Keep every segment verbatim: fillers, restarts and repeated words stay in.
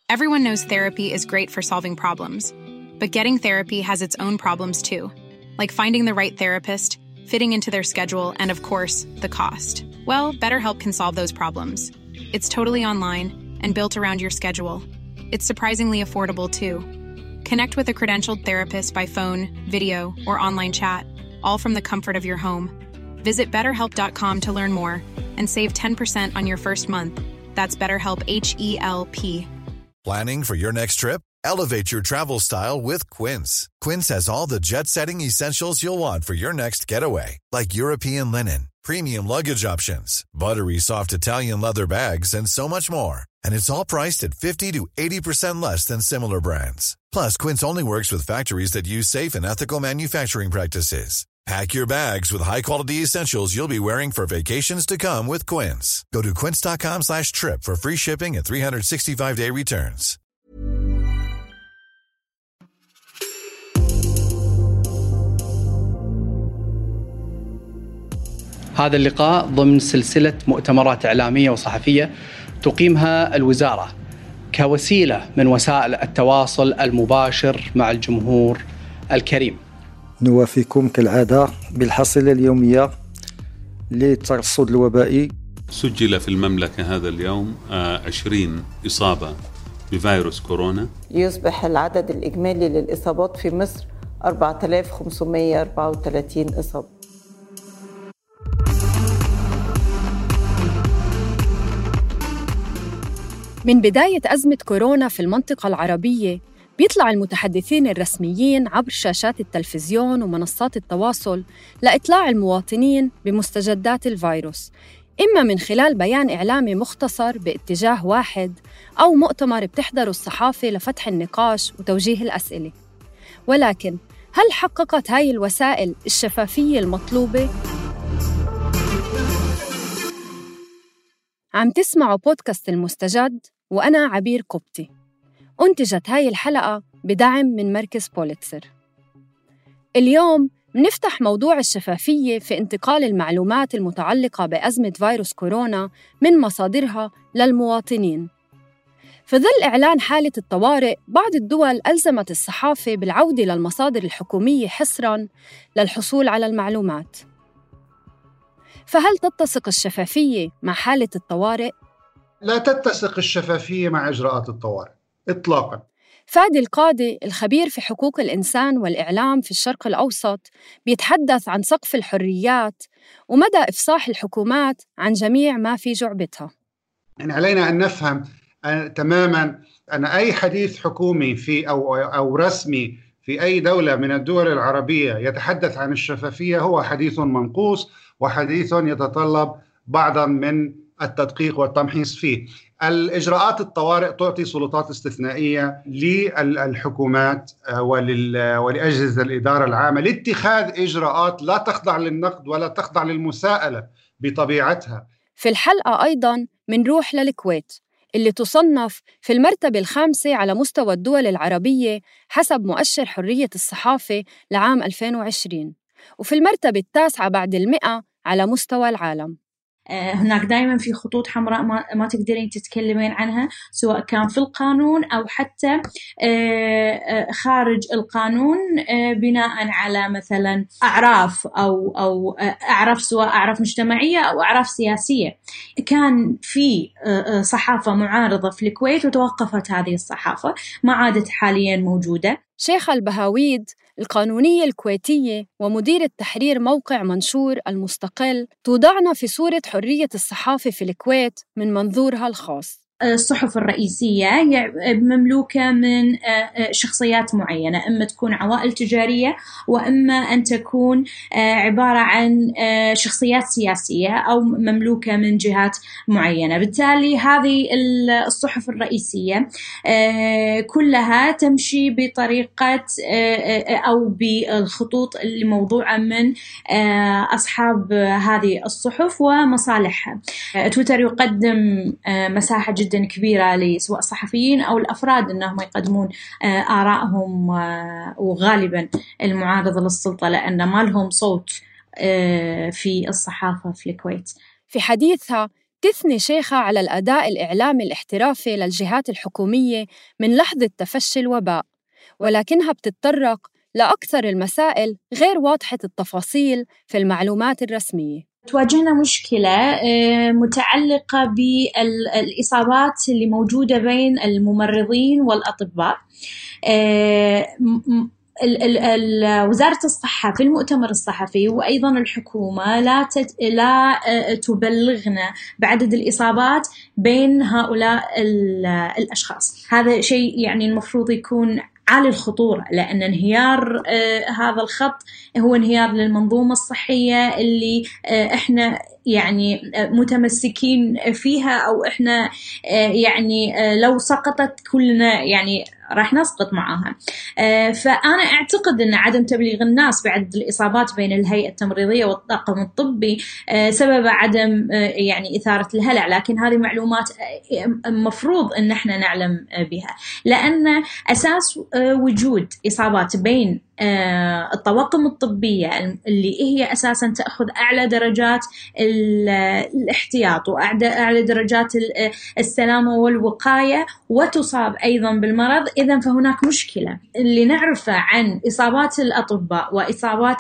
Everyone knows therapy is great for solving problems, but getting therapy has its own problems too, like finding the right therapist, fitting into their schedule, and of course, the cost. Well, BetterHelp can solve those problems. It's totally online and built around your schedule. It's surprisingly affordable too. Connect with a credentialed therapist by phone, video, or online chat, all from the comfort of your home. Visit better help dot com to learn more and save ten percent on your first month. That's BetterHelp, H E L P. Planning for your next trip? Elevate your travel style with Quince. Quince has all the jet-setting essentials you'll want for your next getaway, like European linen, premium luggage options, buttery soft Italian leather bags, and so much more. And it's all priced at fifty to eighty percent less than similar brands. Plus, Quince only works with factories that use safe and ethical manufacturing practices. Pack your bags with high-quality essentials you'll be wearing for vacations to come with Quince. Go to quince.com slash trip for free shipping and three sixty-five day returns. هذا اللقاء ضمن سلسلة مؤتمرات إعلامية وصحفية تقيمها الوزارة كوسيلة من وسائل التواصل المباشر مع الجمهور الكريم. نوافيكم كالعادة بالحصيلة اليومية للترصد الوبائي. سجل في المملكة هذا اليوم عشرين إصابة بفيروس كورونا. يصبح العدد الإجمالي للإصابات في مصر أربعة آلاف وخمسمائة وأربعة وثلاثين إصابة. من بداية أزمة كورونا في المنطقة العربية بيطلع المتحدثين الرسميين عبر شاشات التلفزيون ومنصات التواصل لإطلاع المواطنين بمستجدات الفيروس، إما من خلال بيان إعلامي مختصر باتجاه واحد أو مؤتمر بتحضره الصحافة لفتح النقاش وتوجيه الأسئلة. ولكن هل حققت هاي الوسائل الشفافية المطلوبة؟ عم تسمعوا بودكاست المستجد وأنا عبير قبطي. أنتجت هاي الحلقة بدعم من مركز بوليتسر. اليوم منفتح موضوع الشفافية في انتقال المعلومات المتعلقة بأزمة فيروس كورونا من مصادرها للمواطنين. في ظل إعلان حالة الطوارئ، بعض الدول ألزمت الصحافة بالعودة للمصادر الحكومية حصراً للحصول على المعلومات. فهل تتسق الشفافية مع حالة الطوارئ؟ لا تتسق الشفافية مع إجراءات الطوارئ إطلاقاً. فادي القاضي الخبير في حقوق الإنسان والإعلام في الشرق الأوسط بيتحدث عن سقف الحريات ومدى إفصاح الحكومات عن جميع ما في جعبتها. يعني علينا أن نفهم أن تماماً أن أي حديث حكومي في أو أو رسمي في أي دولة من الدول العربية يتحدث عن الشفافية هو حديث منقوص وحديث يتطلب بعضاً من التدقيق والتمحيص فيه. الإجراءات الطوارئ تعطي سلطات استثنائية للحكومات ولأجهزة الإدارة العامة لاتخاذ إجراءات لا تخضع للنقد ولا تخضع للمساءلة بطبيعتها. في الحلقة أيضاً منروح للكويت اللي تصنف في المرتبة الخامسة على مستوى الدول العربية حسب مؤشر حرية الصحافة لعام ألفين وعشرين، وفي المرتبة التاسعة بعد المئة على مستوى العالم. هناك دائما في خطوط حمراء ما, ما تقدرين تتكلمين عنها، سواء كان في القانون أو حتى خارج القانون، بناء على مثلا أعراف أو أو أعراف، سواء أعراف مجتمعية أو أعراف سياسية. كان في صحافة معارضة في الكويت وتوقفت هذه الصحافة، ما عادت حاليا موجودة. شيخة البهاويد القانونية الكويتية ومديرة تحرير موقع منشور المستقل توضعنا في صورة حرية الصحافة في الكويت من منظورها الخاص. الصحف الرئيسية مملوكة من شخصيات معينة، إما تكون عوائل تجارية وإما أن تكون عبارة عن شخصيات سياسية أو مملوكة من جهات معينة. بالتالي هذه الصحف الرئيسية كلها تمشي بطريقة أو بالخطوط الموضوعة من أصحاب هذه الصحف ومصالحها. تويتر يقدم مساحة جدا كبيرة لسواء الصحفيين أو الأفراد أنهم يقدمون آرائهم، وغالبا المعارضة للسلطة لأن ما لهم صوت في الصحافة في الكويت. في حديثها تثني شيخة على الأداء الإعلامي الاحترافي للجهات الحكومية من لحظة تفشي الوباء، ولكنها بتتطرق لأكثر المسائل غير واضحة التفاصيل في المعلومات الرسمية. تواجهنا مشكلة متعلقة بالإصابات اللي موجودة بين الممرضين والأطباء. وزارة الصحة في المؤتمر الصحفي وأيضاً الحكومة لا لا تبلغنا بعدد الإصابات بين هؤلاء الأشخاص. هذا شيء يعني المفروض يكون عالي الخطورة، لأن انهيار آه هذا الخط هو انهيار للمنظومة الصحية اللي آه إحنا يعني آه متمسكين فيها، أو إحنا آه يعني آه لو سقطت كلنا يعني راح نسقط معها. آه فأنا أعتقد أن عدم تبليغ الناس بعدد الإصابات بين الهيئة التمريضية والطاقم الطبي آه سبب عدم آه يعني إثارة الهلع، لكن هذه معلومات آه مفروض أن احنا نعلم آه بها، لأن أساس آه وجود إصابات بين آه الطواقم الطبية اللي هي أساساً تأخذ أعلى درجات الاحتياط وأعلى درجات السلامة والوقاية وتصاب أيضاً بالمرض. إذن فهناك مشكلة. اللي نعرفه عن إصابات الأطباء وإصابات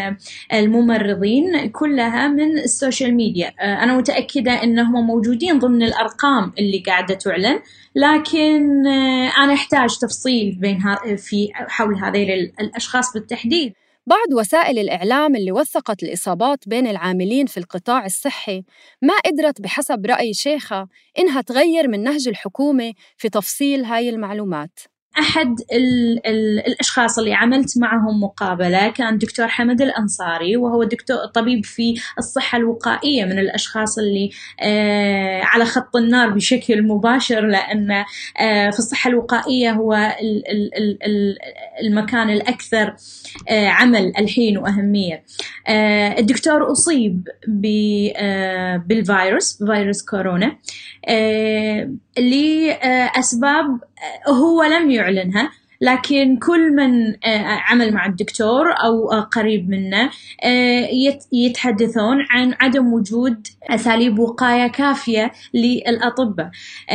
الممرضين كلها من السوشيال ميديا. آه أنا متأكدة أنهم موجودين ضمن الأرقام اللي قاعدة تعلن، لكن آه أنا أحتاج تفصيل بين في حول هذين الأشخاص بالتحديد. بعض وسائل الإعلام اللي وثقت الإصابات بين العاملين في القطاع الصحي ما قدرت بحسب رأي شيخة إنها تغير من نهج الحكومة في تفصيل هاي المعلومات. أحد ال ال الأشخاص اللي عملت معهم مقابلة كان دكتور حمد الأنصاري، وهو دكتور طبيب في الصحة الوقائية، من الأشخاص اللي آه على خط النار بشكل مباشر، لأن آه في الصحة الوقائية هو ال ال ال المكان الأكثر آه عمل الحين وأهمية. آه الدكتور أصيب آه بالفيروس فيروس كورونا آه لأسباب هو لم يعلنها، لكن كل من عمل مع الدكتور أو قريب منه يتحدثون عن عدم وجود أساليب وقاية كافية للأطباء.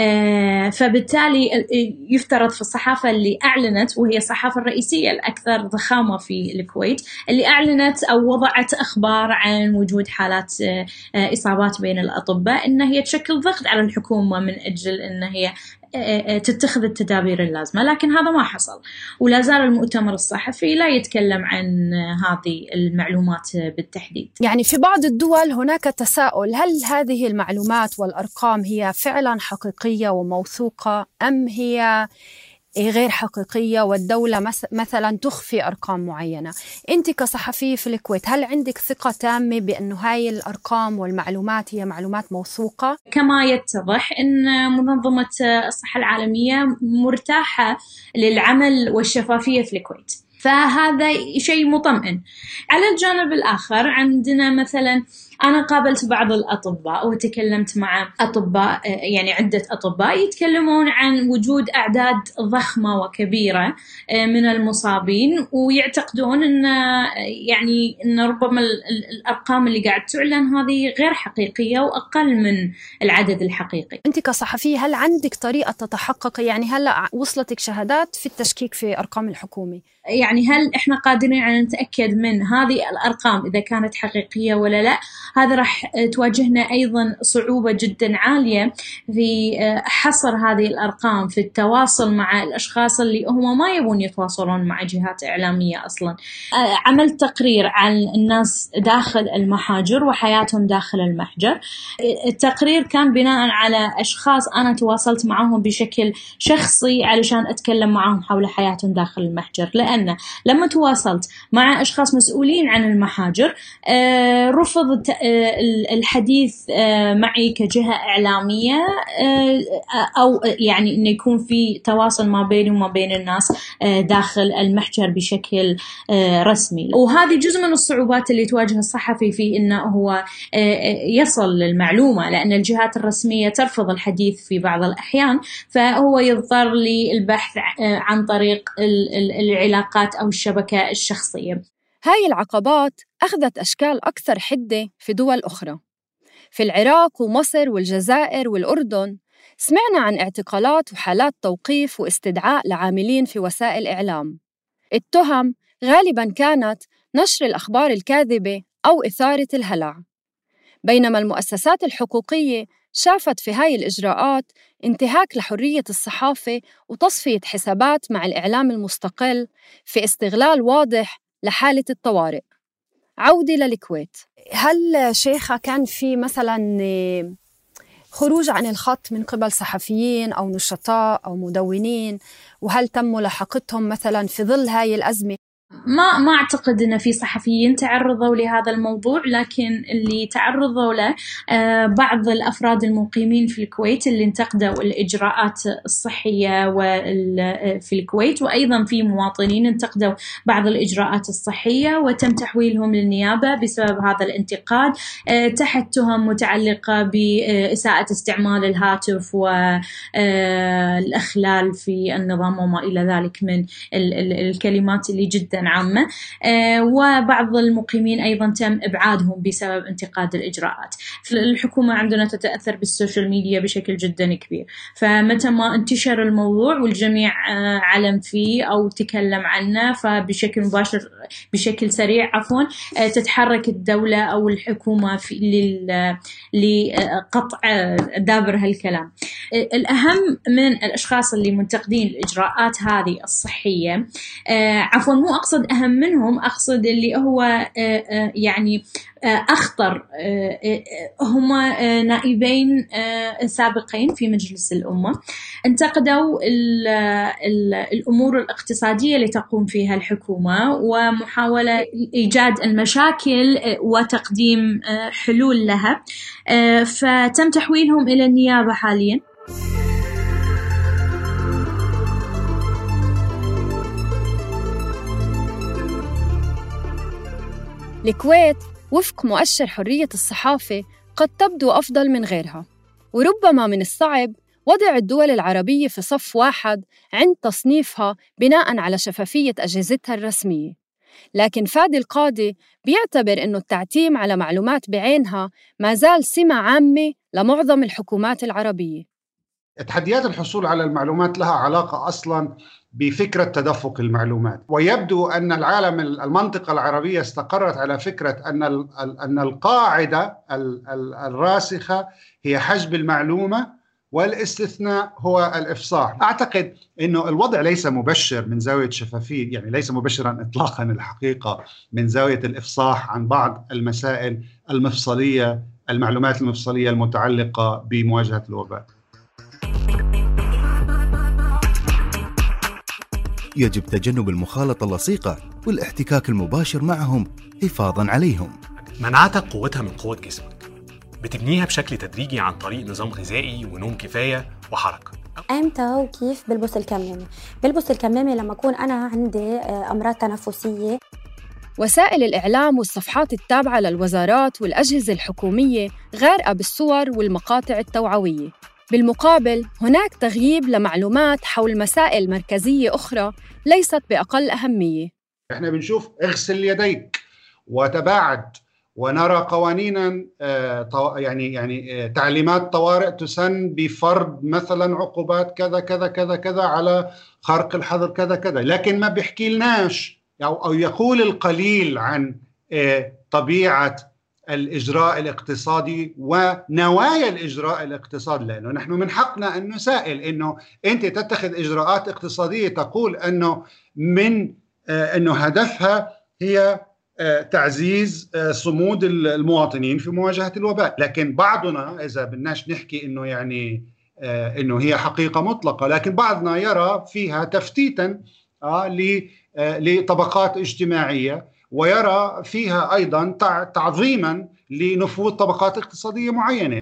فبالتالي يفترض في الصحافة اللي أعلنت، وهي الصحافة الرئيسية الأكثر ضخامة في الكويت، اللي أعلنت أو وضعت أخبار عن وجود حالات إصابات بين الأطباء، إن هي تشكل ضغط على الحكومة من أجل إن هي تتخذ التدابير اللازمة، لكن هذا ما حصل. ولا زال المؤتمر الصحفي لا يتكلم عن هذه المعلومات بالتحديد. يعني في بعض الدول هناك تساؤل، هل هذه المعلومات والأرقام هي فعلا حقيقية وموثوقة أم هي غير حقيقية والدولة مثلا تخفي أرقام معينة؟ أنت كصحفية في الكويت هل عندك ثقة تامة بأنه هاي الأرقام والمعلومات هي معلومات موثوقة؟ كما يتضح أن منظمة الصحة العالمية مرتاحة للعمل والشفافية في الكويت، فهذا شيء مطمئن. على الجانب الآخر عندنا مثلا أنا قابلت بعض الأطباء وتكلمت مع أطباء، يعني عدة أطباء يتكلمون عن وجود أعداد ضخمة وكبيرة من المصابين، ويعتقدون أن يعني أن ربما الأرقام اللي قاعد تعلن هذه غير حقيقية وأقل من العدد الحقيقي. أنت كصحفية هل عندك طريقة تتحقق، يعني هلأ وصلتك شهادات في التشكيك في أرقام الحكومة؟ يعني هل إحنا قادرين على نتأكد من هذه الأرقام إذا كانت حقيقية ولا لا؟ هذا راح تواجهنا أيضا صعوبة جدا عالية في حصر هذه الأرقام، في التواصل مع الأشخاص اللي هم ما يبون يتواصلون مع جهات إعلامية أصلا. عملت تقرير عن الناس داخل المحاجر وحياتهم داخل المحجر. التقرير كان بناء على أشخاص أنا تواصلت معهم بشكل شخصي علشان أتكلم معهم حول حياتهم داخل المحجر، لأن لما تواصلت مع أشخاص مسؤولين عن المحاجر رفض الحديث معي كجهة إعلامية، أو يعني إنه يكون في تواصل ما بيني وما بين الناس داخل المحجر بشكل رسمي. وهذه جزء من الصعوبات اللي تواجه الصحفي في إنه هو يصل للمعلومة، لأن الجهات الرسمية ترفض الحديث في بعض الأحيان، فهو يضطر للبحث عن طريق العلاقات أو الشبكة الشخصية. هاي العقبات أخذت أشكال أكثر حدة في دول أخرى. في العراق ومصر والجزائر والأردن سمعنا عن اعتقالات وحالات توقيف واستدعاء لعاملين في وسائل إعلام. التهم غالباً كانت نشر الأخبار الكاذبة أو إثارة الهلع، بينما المؤسسات الحقوقية شافت في هاي الإجراءات انتهاك لحرية الصحافة وتصفية حسابات مع الإعلام المستقل في استغلال واضح لحالة الطوارئ. عودة للكويت، هل شيخة كان في مثلاً خروج عن الخط من قبل صحفيين أو نشطاء أو مدونين، وهل تم ملاحقتهم مثلاً في ظل هاي الأزمة؟ ما ما أعتقد أن في صحفيين تعرضوا لهذا الموضوع، لكن اللي تعرضوا له بعض الأفراد المقيمين في الكويت اللي انتقدوا الإجراءات الصحية في الكويت، وأيضا في مواطنين انتقدوا بعض الإجراءات الصحية وتم تحويلهم للنيابة بسبب هذا الانتقاد تحت تهم متعلقة بإساءة استعمال الهاتف والإخلال في النظام وما إلى ذلك من الكلمات اللي جدا عامة. وبعض المقيمين أيضا تم إبعادهم بسبب انتقاد الإجراءات. الحكومة عندنا تتأثر بالسوشيال ميديا بشكل جدا كبير، فمتى ما انتشر الموضوع والجميع علم فيه أو تكلم عنه فبشكل مباشر بشكل سريع عفوا تتحرك الدولة أو الحكومة في لقطع دابر هالكلام. الأهم من الأشخاص اللي منتقدين الإجراءات هذه الصحية، عفوا مو أقصد أهم منهم، أقصد اللي هو يعني أخطر، هم نائبين سابقين في مجلس الأمة انتقدوا الأمور الاقتصادية اللي تقوم فيها الحكومة ومحاولة إيجاد المشاكل وتقديم حلول لها، فتم تحويلهم إلى النيابة حالياً. الكويت وفق مؤشر حرية الصحافة قد تبدو أفضل من غيرها، وربما من الصعب وضع الدول العربية في صف واحد عند تصنيفها بناء على شفافية أجهزتها الرسمية. لكن فادي القاضي بيعتبر أنه التعتيم على معلومات بعينها ما زال سمة عامة لمعظم الحكومات العربية. تحديات الحصول على المعلومات لها علاقة أصلاً بفكرة تدفق المعلومات، ويبدو أن العالم المنطقة العربية استقرت على فكرة أن أن القاعدة الراسخة هي حجب المعلومة والاستثناء هو الإفصاح. أعتقد أنه الوضع ليس مبشر من زاوية شفافية، يعني ليس مبشرا إطلاقا الحقيقة من زاوية الإفصاح عن بعض المسائل المفصلية، المعلومات المفصلية المتعلقة بمواجهة الوباء. يجب تجنب المخالطة اللصيقة والاحتكاك المباشر معهم حفاظاً عليهم. مناعتك قوتها من قوة جسمك، بتبنيها بشكل تدريجي عن طريق نظام غذائي ونوم كفاية وحركة. امتى وكيف بلبس الكمامة؟ بلبس الكمامة لما أكون أنا عندي أمراض تنفسية. وسائل الإعلام والصفحات التابعة للوزارات والأجهزة الحكومية غارقة بالصور والمقاطع التوعوية. بالمقابل هناك تغييب لمعلومات حول مسائل مركزية أخرى ليست بأقل أهمية. احنا بنشوف اغسل يديك وتباعد، ونرى قوانينا يعني يعني تعليمات طوارئ تسن بفرض مثلا عقوبات كذا كذا كذا كذا على خرق الحظر كذا كذا، لكن ما بيحكي لناش أو يقول القليل عن طبيعة الإجراء الاقتصادي ونوايا الإجراء الاقتصادي. لأنه نحن من حقنا أن نسائل أنه أنت تتخذ إجراءات اقتصادية تقول أنه من أنه هدفها هي تعزيز صمود المواطنين في مواجهة الوباء، لكن بعضنا إذا بدناش نحكي أنه يعني أنه هي حقيقة مطلقة، لكن بعضنا يرى فيها تفتيتا لطبقات اجتماعية، ويرى فيها أيضاً تعظيماً لنفوذ طبقات اقتصادية معينة.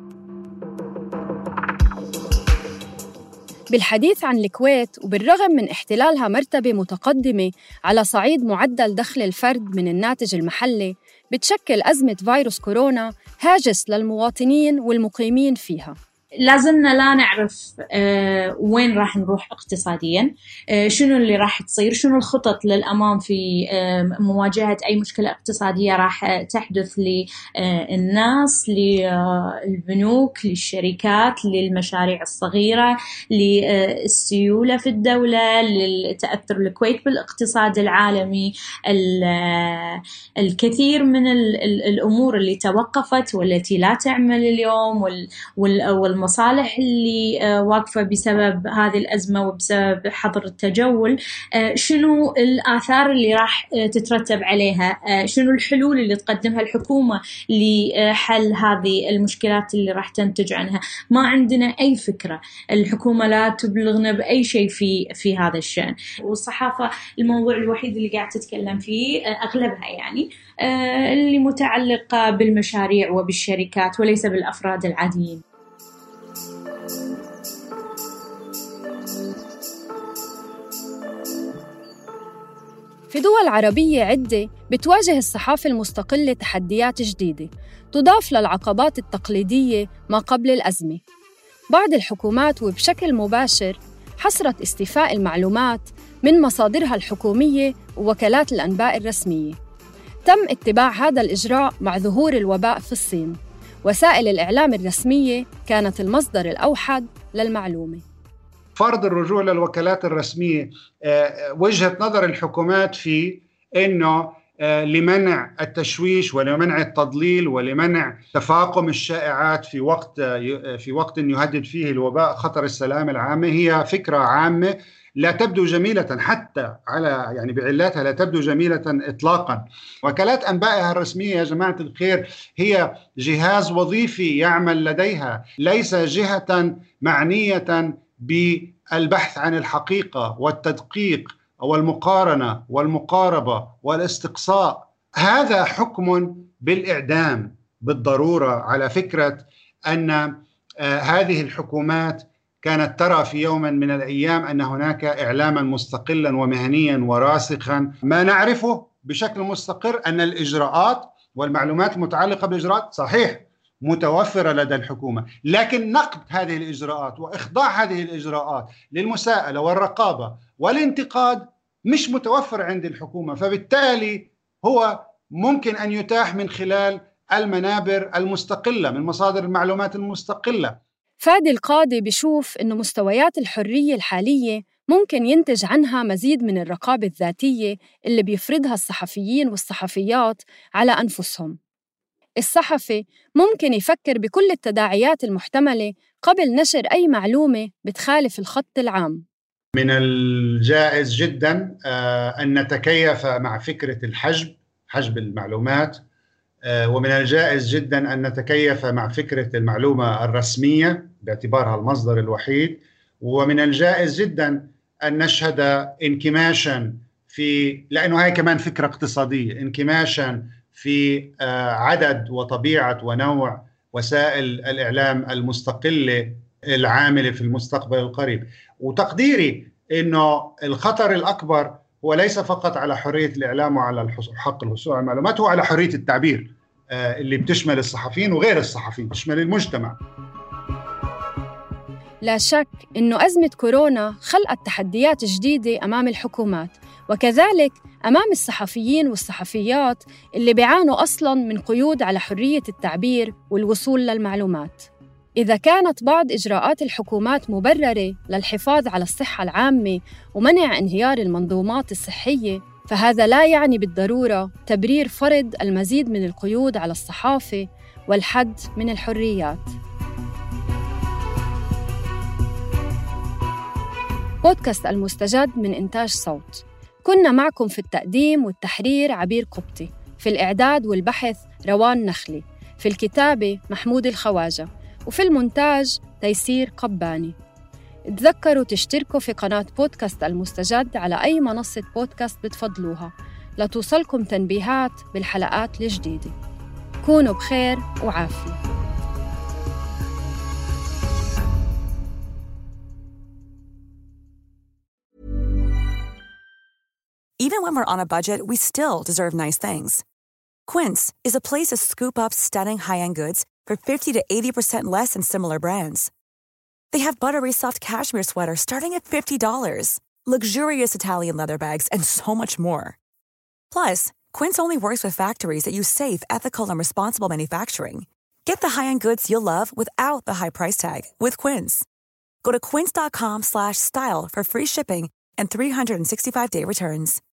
بالحديث عن الكويت، وبالرغم من احتلالها مرتبة متقدمة على صعيد معدل دخل الفرد من الناتج المحلي، بتشكل أزمة فيروس كورونا هاجس للمواطنين والمقيمين فيها. لازلنا لا نعرف آه وين راح نروح اقتصاديا، آه شنو اللي راح تصير، شنو الخطط للأمام في آه مواجهة أي مشكلة اقتصادية راح تحدث للناس، للبنوك، للشركات، للمشاريع الصغيرة، للسيولة في الدولة، للتأثر الكويت بالاقتصاد العالمي. الكثير من الأمور اللي توقفت والتي لا تعمل اليوم وال المصالح اللي واقفة بسبب هذه الأزمة وبسبب حظر التجول، شنو الآثار اللي راح تترتب عليها، شنو الحلول اللي تقدمها الحكومة لحل هذه المشكلات اللي راح تنتج عنها. ما عندنا أي فكرة، الحكومة لا تبلغنا بأي شيء في في هذا الشأن. والصحافة الموضوع الوحيد اللي قاعد تتكلم فيه أغلبها يعني اللي متعلقة بالمشاريع وبالشركات وليس بالأفراد العاديين. في دول عربية عدة بتواجه الصحافة المستقلة تحديات جديدة تضاف للعقبات التقليدية ما قبل الأزمة. بعض الحكومات وبشكل مباشر حصرت استيفاء المعلومات من مصادرها الحكومية ووكالات الأنباء الرسمية. تم اتباع هذا الإجراء مع ظهور الوباء في الصين. وسائل الإعلام الرسمية كانت المصدر الأوحد للمعلومة. فرض الرجوع للوكالات الرسمية وجهة نظر الحكومات في أنه لمنع التشويش ولمنع التضليل ولمنع تفاقم الشائعات في وقت في وقت يهدد فيه الوباء خطر السلامة العامة، هي فكرة عامة لا تبدو جميلة حتى على يعني بعلاتها، لا تبدو جميلة إطلاقا. وكالات أنبائها الرسمية يا جماعة الخير هي جهاز وظيفي يعمل لديها، ليس جهة معنية بالبحث عن الحقيقة والتدقيق والمقارنة والمقاربة والاستقصاء. هذا حكم بالإعدام بالضرورة على فكرة أن آه هذه الحكومات كانت ترى في يوم من الأيام أن هناك إعلاما مستقلا ومهنيا وراسخا. ما نعرفه بشكل مستقر أن الإجراءات والمعلومات المتعلقة بالإجراءات صحيح متوفرة لدى الحكومة، لكن نقد هذه الإجراءات وإخضاع هذه الإجراءات للمساءلة والرقابة والانتقاد مش متوفر عند الحكومة. فبالتالي هو ممكن أن يتاح من خلال المنابر المستقلة، من مصادر المعلومات المستقلة. فادي القاضي بيشوف إنه مستويات الحرية الحالية ممكن ينتج عنها مزيد من الرقابة الذاتية اللي بيفرضها الصحفيين والصحفيات على أنفسهم. الصحفي ممكن يفكر بكل التداعيات المحتملة قبل نشر أي معلومة بتخالف الخط العام. من الجائز جداً أن نتكيف مع فكرة الحجب، حجب المعلومات، ومن الجائز جداً أن نتكيف مع فكرة المعلومة الرسمية باعتبارها المصدر الوحيد، ومن الجائز جداً أن نشهد انكماشاً في، لأنه هاي كمان فكرة اقتصادية، انكماشاً في عدد وطبيعة ونوع وسائل الإعلام المستقلة العاملة في المستقبل القريب. وتقديري إنه الخطر الأكبر هو ليس فقط على حرية الإعلام وعلى حق الحصول على المعلومات، هو على حرية التعبير اللي بتشمل الصحفيين وغير الصحفيين، بتشمل المجتمع. لا شك إنه أزمة كورونا خلقت تحديات جديدة أمام الحكومات، وكذلك أمام الصحفيين والصحفيات اللي بيعانوا أصلاً من قيود على حرية التعبير والوصول للمعلومات. إذا كانت بعض إجراءات الحكومات مبررة للحفاظ على الصحة العامة ومنع انهيار المنظومات الصحية، فهذا لا يعني بالضرورة تبرير فرض المزيد من القيود على الصحافة والحد من الحريات. بودكاست المستجد من إنتاج صوت. كنا معكم في التقديم والتحرير عبير قبطي، في الإعداد والبحث روان نخلي، في الكتابة محمود الخواجة، وفي المونتاج تيسير قباني. تذكروا تشتركوا في قناة بودكاست المستجد على أي منصة بودكاست بتفضلوها لتوصلكم تنبيهات بالحلقات الجديدة. كونوا بخير وعافية. Even when we're on a budget, we still deserve nice things. Quince is a place to scoop up stunning high-end goods for fifty to eighty percent less than similar brands. They have buttery soft cashmere sweaters starting at fifty dollars, luxurious Italian leather bags, and so much more. Plus, Quince only works with factories that use safe, ethical, and responsible manufacturing. Get the high-end goods you'll love without the high price tag with Quince. Go to quince.com slash style for free shipping and three sixty-five day returns.